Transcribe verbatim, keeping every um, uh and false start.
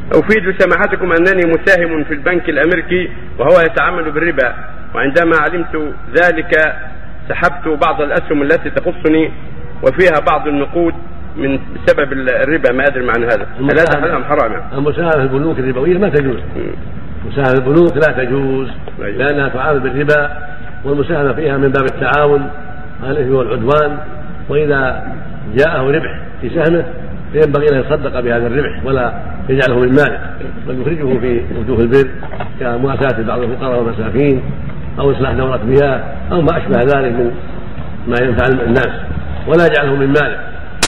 أفيد سماحتكم أنني مساهم في البنك الأمريكي وهو يتعامل بالربا، وعندما علمت ذلك سحبت بعض الأسهم التي تخصني وفيها بعض النقود من بسبب الربا. ما أدري معنى هذا، هل هذا حرام حرام؟ المساهمة في البنوك الربوية ما تجوز. مساهمة في البنوك لا تجوز لأنها تعامل بالربا، والمساهمة فيها من باب التعاون على الإثم والعدوان، وإذا جاءه ربح في سهمه فينبغي أن يتصدق بهذا الربح ولا يجعله من ماله، بل يخرجه في وجوه البر كمواساة بعض الفقراء والمساكين أو إصلاح دورة مياه أو ما أشبه ذلك من ما ينفع الناس، ولا يجعله من ماله.